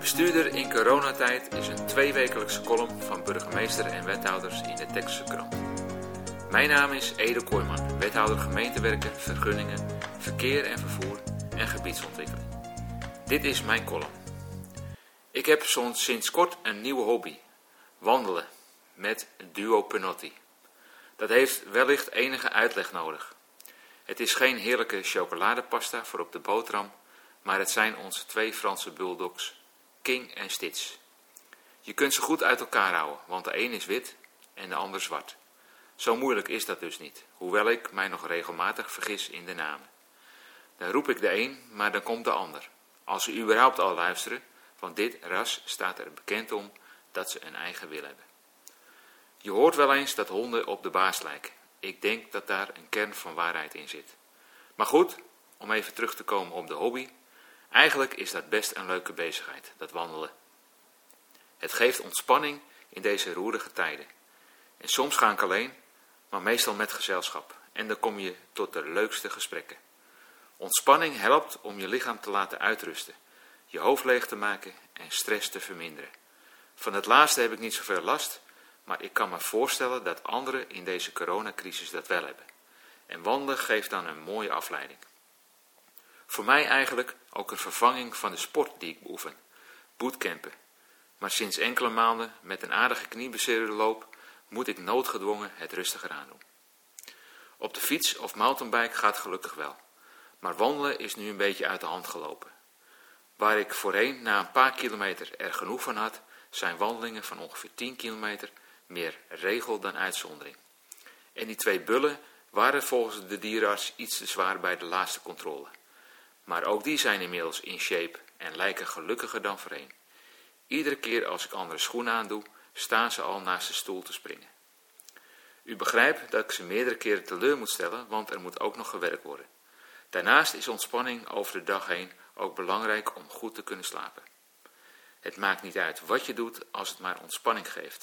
Bestuurder in coronatijd is een 2-wekelijkse column van burgemeester en wethouders in de Texelse krant. Mijn naam is Edo Kooijman, wethouder gemeentewerken, vergunningen, verkeer en vervoer en gebiedsontwikkeling. Dit is mijn column. Ik heb sinds kort een nieuwe hobby. Wandelen met Duo Penotti. Dat heeft wellicht enige uitleg nodig. Het is geen heerlijke chocoladepasta voor op de boterham, maar het zijn onze 2 Franse bulldogs, King en Stitch. Je kunt ze goed uit elkaar houden, want de een is wit en de ander zwart. Zo moeilijk is dat dus niet, hoewel ik mij nog regelmatig vergis in de namen. Dan roep ik de een, maar dan komt de ander. Als ze überhaupt al luisteren, want dit ras staat er bekend om dat ze een eigen wil hebben. Je hoort wel eens dat honden op de baas lijken. Ik denk dat daar een kern van waarheid in zit. Maar goed, om even terug te komen op de hobby. Eigenlijk is dat best een leuke bezigheid, dat wandelen. Het geeft ontspanning in deze roerige tijden. En soms ga ik alleen, maar meestal met gezelschap. En dan kom je tot de leukste gesprekken. Ontspanning helpt om je lichaam te laten uitrusten, je hoofd leeg te maken en stress te verminderen. Van het laatste heb ik niet zoveel last, maar ik kan me voorstellen dat anderen in deze coronacrisis dat wel hebben. En wandelen geeft dan een mooie afleiding. Voor mij eigenlijk ook een vervanging van de sport die ik beoefen, bootcampen. Maar sinds enkele maanden met een aardige knieblessure loop, moet ik noodgedwongen het rustiger aandoen. Op de fiets of mountainbike gaat gelukkig wel, maar wandelen is nu een beetje uit de hand gelopen. Waar ik voorheen na een paar kilometer er genoeg van had, zijn wandelingen van ongeveer 10 kilometer meer regel dan uitzondering. En die 2 bullen waren volgens de dierenarts iets te zwaar bij de laatste controle. Maar ook die zijn inmiddels in shape en lijken gelukkiger dan voorheen. Iedere keer als ik andere schoenen aandoe, staan ze al naast de stoel te springen. U begrijpt dat ik ze meerdere keren teleur moet stellen, want er moet ook nog gewerkt worden. Daarnaast is ontspanning over de dag heen ook belangrijk om goed te kunnen slapen. Het maakt niet uit wat je doet als het maar ontspanning geeft.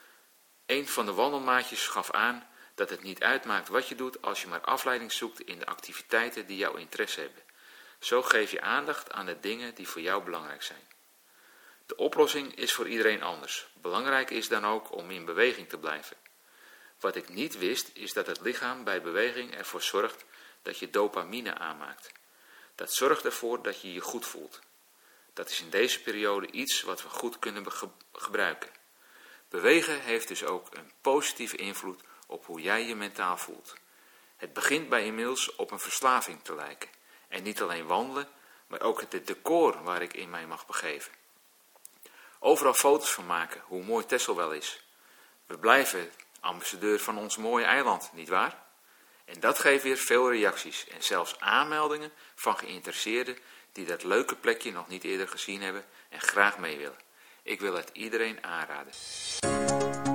Een van de wandelmaatjes gaf aan dat het niet uitmaakt wat je doet als je maar afleiding zoekt in de activiteiten die jouw interesse hebben. Zo geef je aandacht aan de dingen die voor jou belangrijk zijn. De oplossing is voor iedereen anders. Belangrijk is dan ook om in beweging te blijven. Wat ik niet wist is dat het lichaam bij beweging ervoor zorgt dat je dopamine aanmaakt. Dat zorgt ervoor dat je je goed voelt. Dat is in deze periode iets wat we goed kunnen gebruiken. Bewegen heeft dus ook een positieve invloed op hoe jij je mentaal voelt. Het begint bij inmiddels op een verslaving te lijken. En niet alleen wandelen, maar ook het decor waar ik in mij mag begeven. Overal foto's van maken, hoe mooi Texel wel is. We blijven ambassadeur van ons mooie eiland, nietwaar? En dat geeft weer veel reacties en zelfs aanmeldingen van geïnteresseerden die dat leuke plekje nog niet eerder gezien hebben en graag mee willen. Ik wil het iedereen aanraden.